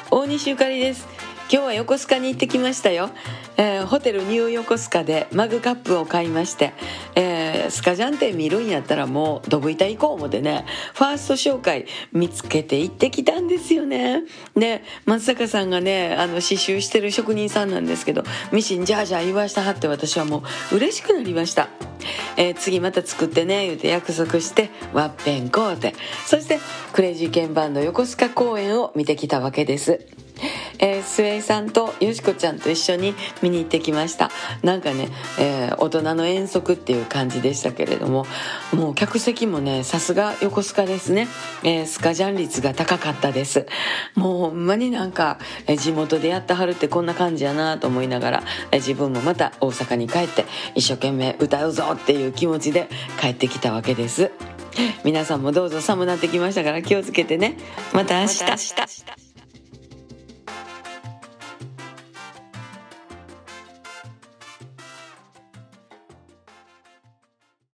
大西ゆかりです。今日は横須賀に行ってきましたよ。ホテルニュー横須賀でマグカップを買いまして、スカジャン店見るんやったらもうドブ板行こう思ってね、ファースト紹介見つけて行ってきたんですよね。で松坂さんがね刺繍してる職人さんなんですけど、ミシンじゃあじゃあ言わしたはって、私はもう嬉しくなりました。次また作ってね言うて約束してワッペン買うて、そしてクレイジーケンバンド横須賀公演を見てきたわけです。スエイさんとよしこちゃんと一緒に見に行ってきました。なんかね、大人の遠足っていう感じでしたけれども、もう客席もねさすが横須賀ですね。スカジャン率が高かったです。もうほんまになんか、地元でやってはるってこんな感じやなと思いながら、自分もまた大阪に帰って一生懸命歌うぞっていう気持ちで帰ってきたわけです。皆さんもどうぞ寒なってきましたから気をつけてね。また明日。